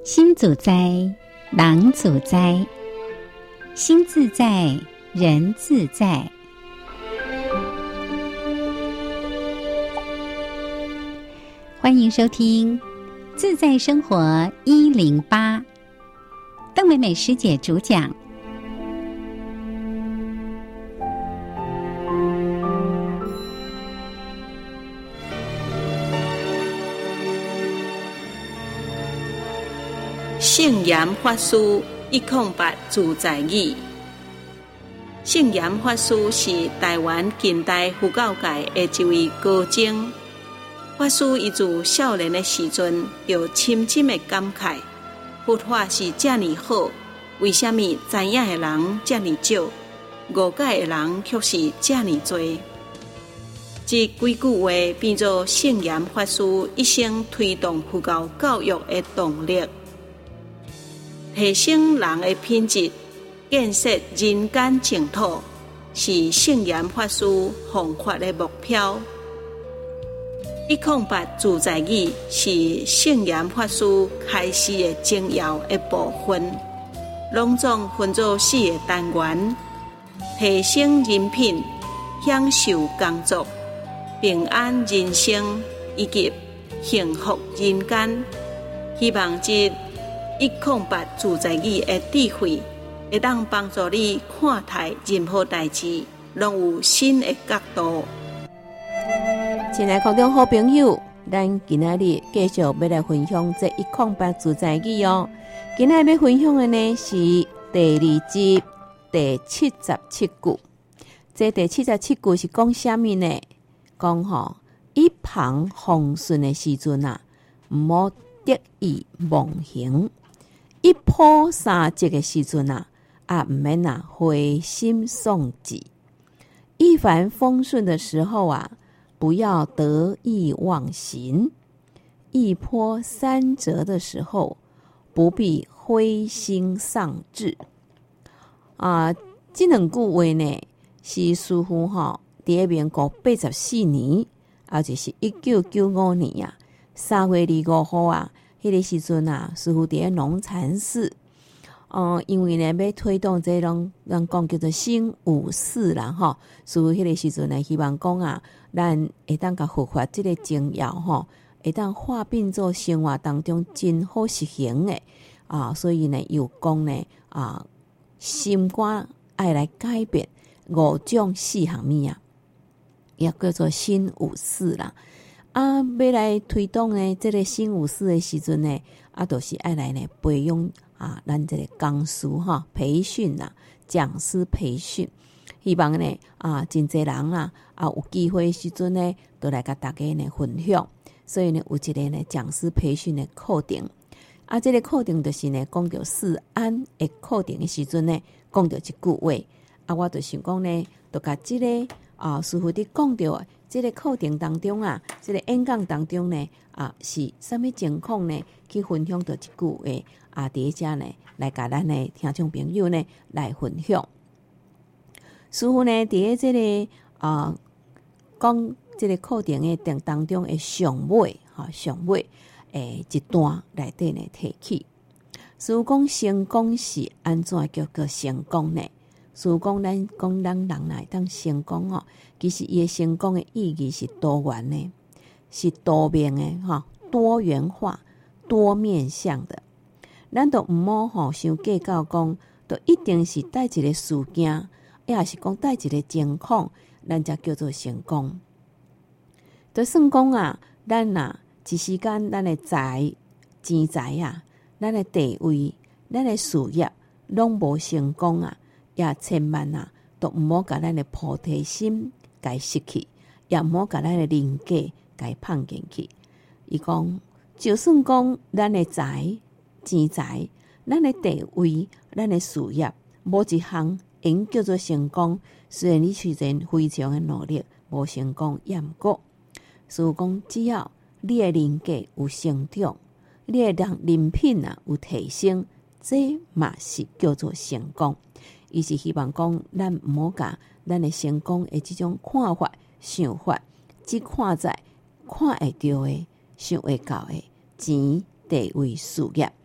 心主哉，人主哉，心自在，人自在。欢迎收听自在生活108，邓美美师姐主讲。 圣严法师108自在语。圣严法师是台湾近代佛教界的一位高僧。法师伊自少年的时阵，就深深的感慨，佛法是这么好，为什么知影的人这么少，误解的人却是这么多？这几句话变作圣严法师一生推动佛教教育的动力。提升人的品质，建设人间净土，是圣严法师弘法的目标。108自在语是圣严法师开示的精要的部分，拢总分作4个单元：提升人品、享受工作、平安人生以及幸福人间。希望这108自在语的智慧，会当帮助你看待任何代志，拢有新的角度。 亲爱的空中好朋友，咱今仔日继续要来分享这108自在语哦。今仔日要分享的呢是第2集第77句。这第77句是讲什么呢？讲一旁风顺的时阵啊，唔好得意忘形。一波三折的时阵啊，唔免灰心丧志。一帆风顺的时候啊，不要得意忘形；一波三折的时候，不必灰心丧志。这两句话呢，是师父在民国84年，也就是1995年啊，3月25号啊。迄个时阵啊，师父伫龙禅寺，因为呢要推动这种人讲叫做新五四啦吼，师父迄个时阵呢，希望讲啊，咱会当甲佛法这个精要吼，会当化变做生活当中真好实行的所以呢，又讲呢心肝爱来改变5种4项物啊，也叫做新五四啦。要来推动呢，这个新五四的时阵呢，就是爱来呢培养咱这个讲师培训啦，讲师培训，希望呢真侪人有机会的时阵呢，都来甲大家呢分享。所以呢，有一个呢讲师培训的课程，这个课程就是呢讲到四安的课程的时阵呢，讲到这句话，我就想讲呢，就甲这个师父伫讲到这个课程当中这个演讲当中呢是什么情况呢？去分享到这句话伫遮呢，来甲咱的听众朋友呢来分享。师父呢伫这个讲这个课程的当中的上尾一段内底呢提起。师父讲成功是安怎叫做成功呢？师父讲咱人来当成功其实伊的成功的意义是多元的，是多面的多元化、多面向的。咱都唔好想计较讲，都一定是带一个事件，也是讲带一个情况，咱才叫做成功。就算讲咱一时间咱的钱财咱的地位、咱的事业拢无成功也千万都唔好甲咱的菩提心该失去，也唔好甲咱的人格该放进去。伊讲，就算讲咱的钱财、咱的地位、咱的事业，无一项应叫做成功。虽然你虽然非常的努力，无成功也毋过。所以讲，只要你的人格有成长，你的人品有提升，这嘛是叫做成功。伊是希望讲，咱毋好甲咱的成功的这种看法、想法，只看在看会到的、想会到的钱、地位、事业，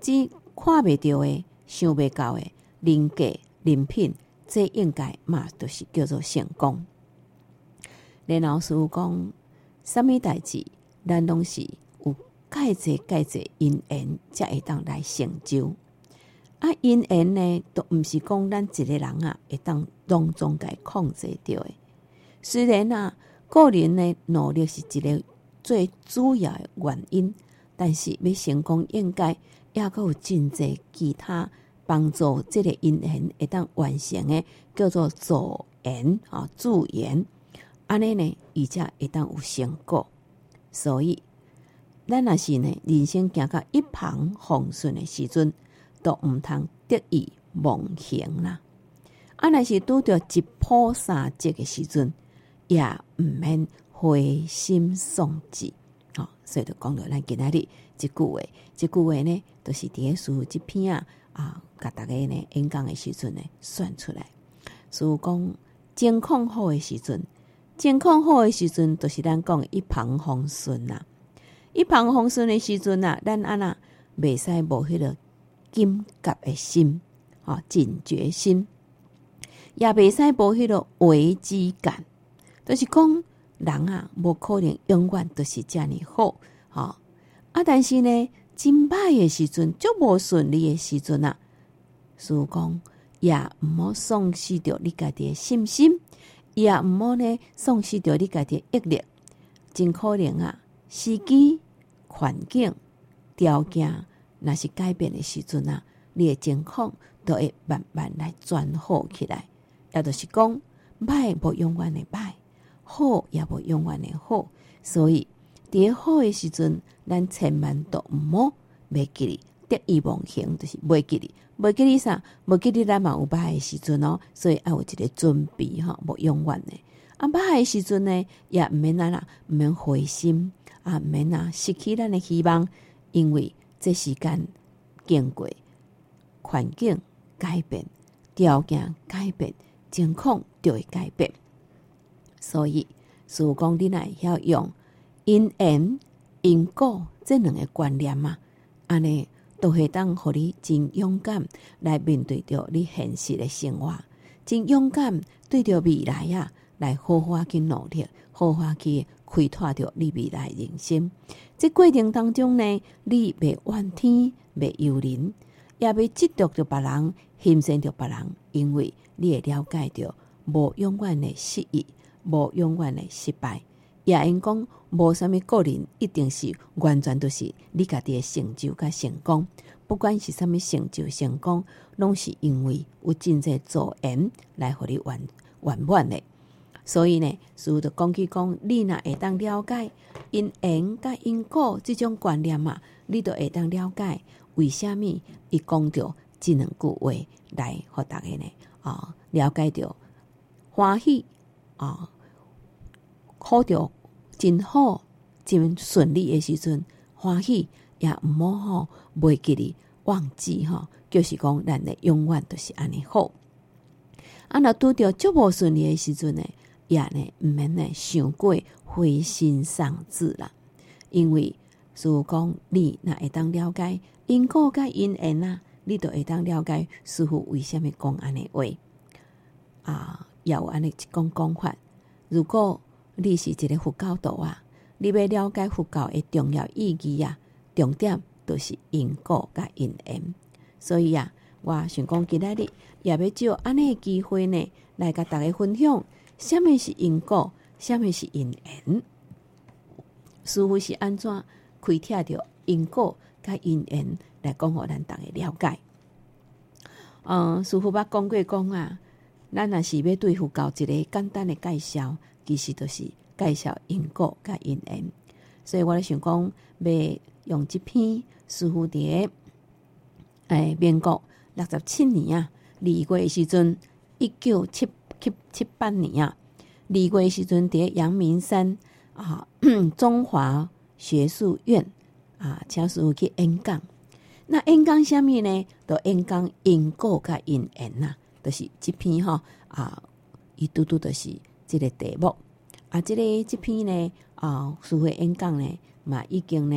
只看袂到的、想袂到的人格、人品，这应该嘛就是叫做成功。然后师父讲，什么代志，咱拢是有介济因缘，才会当来成就。因缘呢，都毋是讲咱一个人会当拢总该控制着的。虽然个人呢努力是一个最主要的原因，但是要成功，应该也阁有真济其他帮助这个因缘会当完成的，叫做助缘助缘。安尼呢，伊才会当有成果。所以，咱若是呢人生行到一帆风顺的时阵，都毋通得意忘形啦。若是拄着一波三折的时阵，也毋免灰心丧志。所以就讲到咱今仔日即句话，即句话呢，就是伫咧书即篇甲大家呢演讲的时阵呢选出来。书讲情况好的时阵，情况好的时阵，就是咱讲一帆风顺啦。一帆风顺的时阵咱安那袂使无迄个紧急的心，警觉心，也袂使无迄个危机感。就是讲人无可能永远都是这么好，但是呢，真歹的时阵，足无顺利的时阵师父讲也毋好丧失掉你家己的信心，也毋好呢丧失掉你家己的毅力。真可能时机、环境、条件若是改变的时阵你的情况都会慢慢来转好起来。也就是讲，歹无永远的歹，好也无永远的好。所以伫好的时阵，咱千万都毋好袂记哩得意忘形，就是袂记哩。袂记哩啥？袂记哩咱嘛有歹的时阵所以要有一个准备无永远的。歹的时阵呢，也毋免毋免灰心毋免失去咱的希望，因为这时间经过，环境改变，条件改变，情况就会改变。所以师父讲，你若会晓用因缘因果这两个观念安尼都会当互你真勇敢来面对着你现实的生活，真勇敢对着未来来好好去努力，好好去开拓着你未来人生。这过程当中呢，你袂怨天袂尤人，也袂嫉妒着别人，欣赏着别人，因为你会了解着无永远的失意，无永远的失败。也因讲无啥物个人一定是完全都是你家己的成就甲成功，不管是啥物成就成功，拢是因为有真济助缘来互你圆满的。所以呢，师父就讲起讲，你若会当了解因缘甲因果这种观念你就会当了解为什么伊讲着这两句话来互大家呢了解着欢喜好着真好真顺利的时阵，欢喜也毋好袂记哩忘记就是讲咱的永远都是安尼好。若拄着足无顺利的时阵呢，也呢毋免呢想过灰心丧志啦。因为师父讲，你若会当了解因果甲因缘你就会当了解师父为什么讲安尼话也有安尼一种讲法。如果你是一个佛教徒你要了解佛教的重要意义重点就是因果甲因缘。所以我想讲今仔日也要借安尼的机会呢，来甲大家分享什么是因果，什么是因缘。师父是安怎开拓着因果甲因缘来讲互咱大家了解。师父捌讲过讲咱若是要对佛教一个简单的介绍，其实就是介绍因果甲因缘。所以我想讲，要用这篇师父伫民国67年2月的时阵，1978年2月的时阵，伫阳明山中华学术院请师父去演讲。那演讲什么呢？就演讲因果甲因缘就是这篇伊拄拄就是这个题目这篇呢师父演讲呢已经呢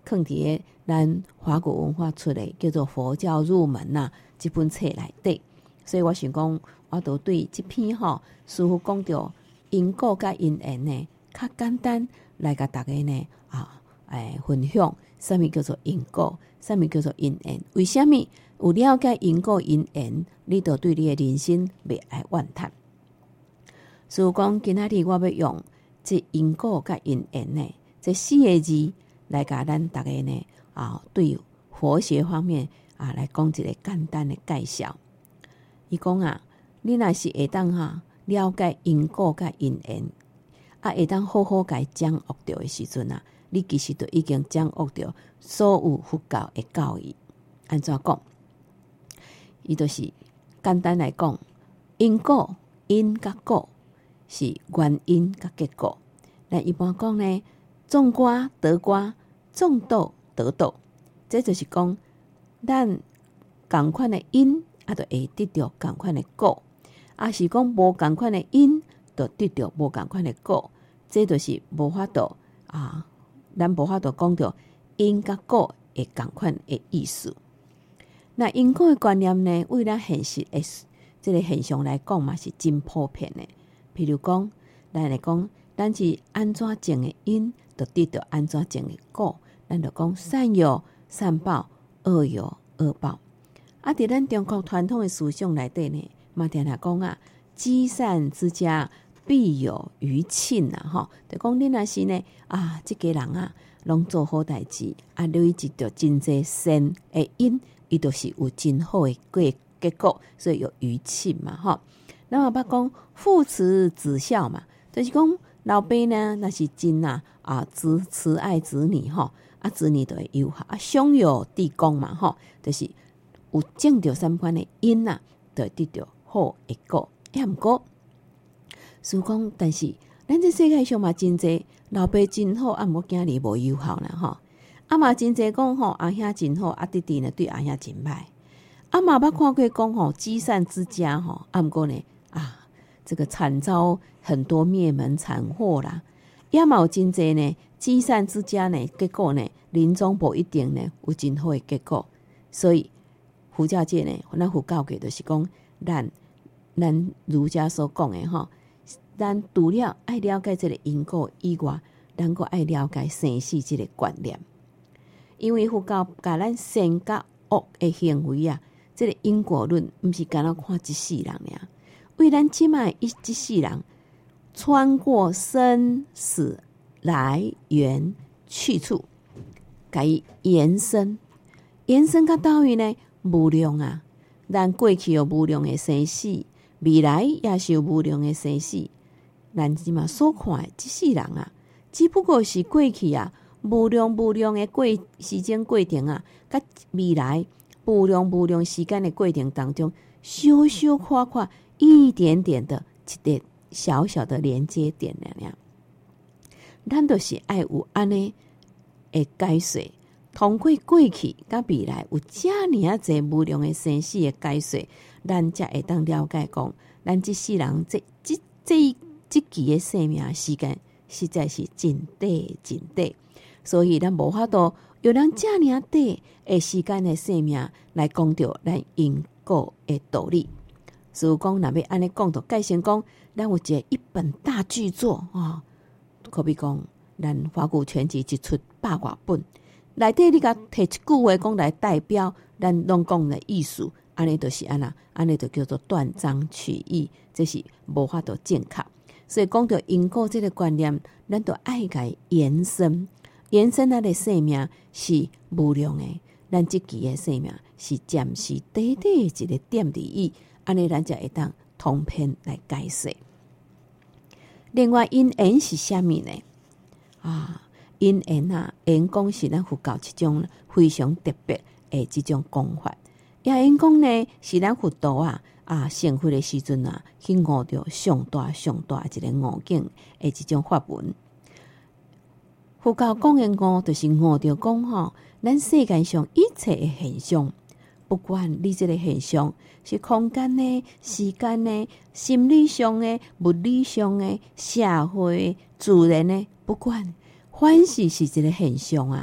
放伫咱华国文化出的叫做《佛教入门》这本册内底。所以我想讲，我就对这篇师父讲到因果甲因缘呢，较简单来甲大家呢分享，什么叫做因果，什么叫做因缘？为什么有了解因果因缘，你就对你的人生袂爱怨叹？所以讲，今仔日我要用这因果甲因缘呢，这4个字来甲咱大家呢对佛学方面来讲一个简单的介绍。伊讲你若是会当了解因果甲因缘，会当好好甲伊掌握着的时阵你其实就已经掌握着所有佛教的教义。安怎讲？伊就是简单来讲，因果因甲果是原因甲结果。咱一般讲呢，种瓜得瓜，种豆得豆，这就是讲咱同款的因就会得到同款的果，是讲无同款的因就得到无同款的果，这就是无法度咱无法度讲到因甲果会同款的意思。那因果的观念呢，为咱现实的这个现象来讲嘛，是真普遍的。譬如讲，咱来讲，咱是安怎种的因，就得到安怎种的果。咱就讲善有善报，恶有恶报。伫咱中国传统的思想内底呢，嘛定定讲积善之家必有余庆就讲你若是呢这个人拢做好代志累积着真济善的因，伊就是有真好的结果，所以有余庆嘛那么讲父慈子孝嘛，就是讲老爸呢那是真慈爱子女子女就会友好兄友弟恭嘛就是有种着三款的因就会得到好的果。毋过所以讲，但是咱这世界上嘛真济老爸真好，毋过囝儿无友好啦嘛真济讲阿兄真好，弟弟呢对阿兄真歹。嘛捌看过讲积善之家毋过呢这个惨遭很多灭门惨祸啦。嘛有真济呢积善之家呢，结果呢临终无一定呢有真好的结果。所以佛教界呢，咱佛教界就是讲咱儒家所讲的咱除了爱了解这个因果以外，咱还爱了解生死这个观念。因为佛教把咱善甲恶的行为这个因果论不是干那看一世人尔，为咱即卖一世人穿过生死来源去处，甲伊延伸到倒位呢？无量咱过去有无量的生死，未来也是有无量的生死。咱即嘛所看的这世人只不过是过去无量的时间过程甲未来无量时间的过程当中，小小夸夸一点点的一个小小的连接点咱就是爱有安尼的解说，通过过去甲未来有遮尔济无量的生死的解说，咱才会当了解讲，咱这世人这期的生命时间实在是真短，所以咱无法度有人遮尔短的时间的生命来讲到咱因果的道理。所以讲，若要安尼讲到介先讲，咱有一本大巨作可比讲，咱华古全集一出100多本，内底你甲摕一句话讲来代表咱拢讲的意思，安尼就是安尼就叫做断章取义，这是无法度正确。所以讲到因果这个观念，咱就爱甲延伸咱的生命是无量的，咱这期的生命是暂时短一个点而已，安尼咱才会当通篇来解释。另外因缘是啥物呢？因缘缘讲是咱佛教一种非常特别的这种讲法。缘讲呢是咱佛道成佛的时阵去悟到上大一个悟境的这种法门。佛教讲的悟，就是悟到讲咱世界上一切的现象，不管你这个现象是空间的、时间的、心理上的、物理上的、社会的、自然的，不管凡是一个现象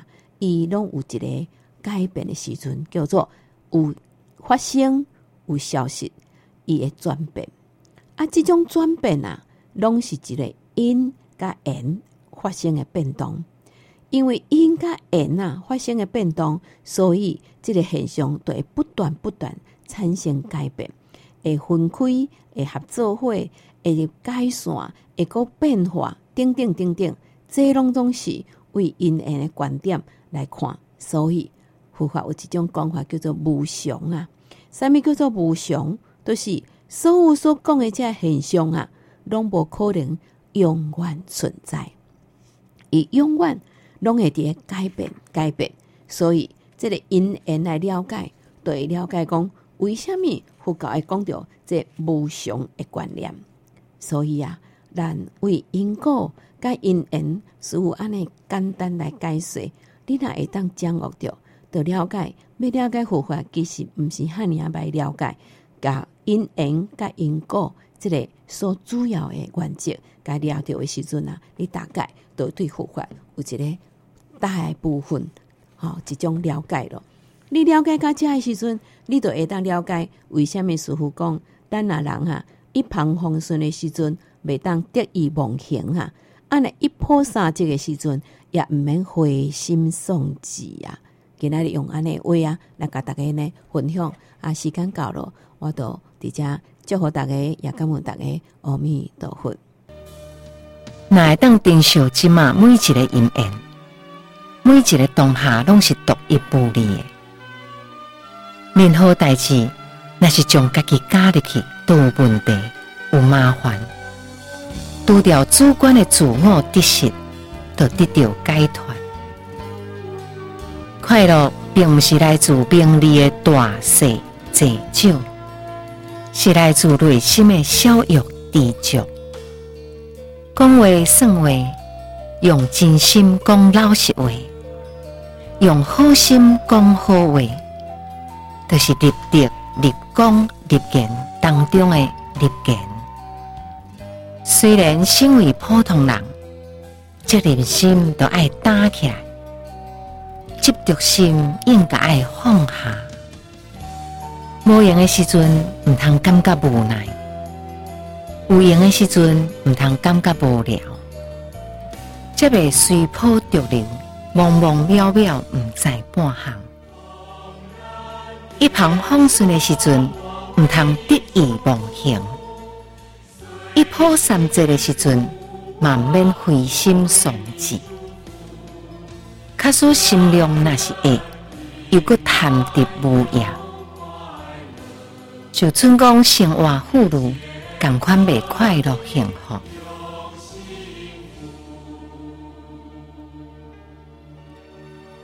伊拢有一个改变的时阵，叫做有发生有消息，伊会转变。啊，这种转变啊，拢是一个因甲缘发生的变动。因为因甲缘啊发生的变动，所以这个现象就会不断产生改变，会分开，会合作伙，会改线，会个变化，等等，这拢是为因缘的观点来看。所以佛法有一种讲法叫做无常啊。什么叫做无常？就是所有所讲的这现象啊，拢无可能永远存在，伊永远拢会伫改变。所以这个因缘来了解，就会了解讲为什么佛教会讲到这无常的观念。所以啊，咱为因果甲因缘事有安尼简单来解释，你若会当掌握着，就了解。要了解佛法，其实毋是遐尔歹了解，甲因缘甲因果这个所主要的原则，甲了解的时阵啊，你大概就对佛法有一个大部分，一种了解咯。你了解到这的时阵，你就会当了解为什么师父讲，咱若人一帆风顺的时阵，袂当得意忘形啊；安尼一破三折的时阵，也毋免灰心丧志啊。今仔日用安尼话来甲大家呢分享时间到了，我就伫遮祝福大家，也感恩大家，阿弥陀佛。 若会当珍惜即马每一个因缘，每一个当下拢是独一无二的。任何代志，若是将家己加入去，都有问题，有麻烦。除掉主观的自我得失，就得到解脱。快乐并不是来自名利的大小济少，是来自内心的小欲知足。讲话算话，用真心讲老实话，用好心讲好话，就是立德、立功、立言当中的立言。虽然身为普通人，责任心都爱打起来，执着心应该爱放下。无用的时阵，唔通感觉无奈；有用的时阵，唔通感觉无聊。则袂随波逐流，茫茫渺渺，唔知半项。一帆风顺的时阵，唔通得意忘形；一波三折的时阵，嘛免灰心丧志。假使心量若是恶，又搁贪得无厌，就准讲生活富裕，同款袂快乐幸福。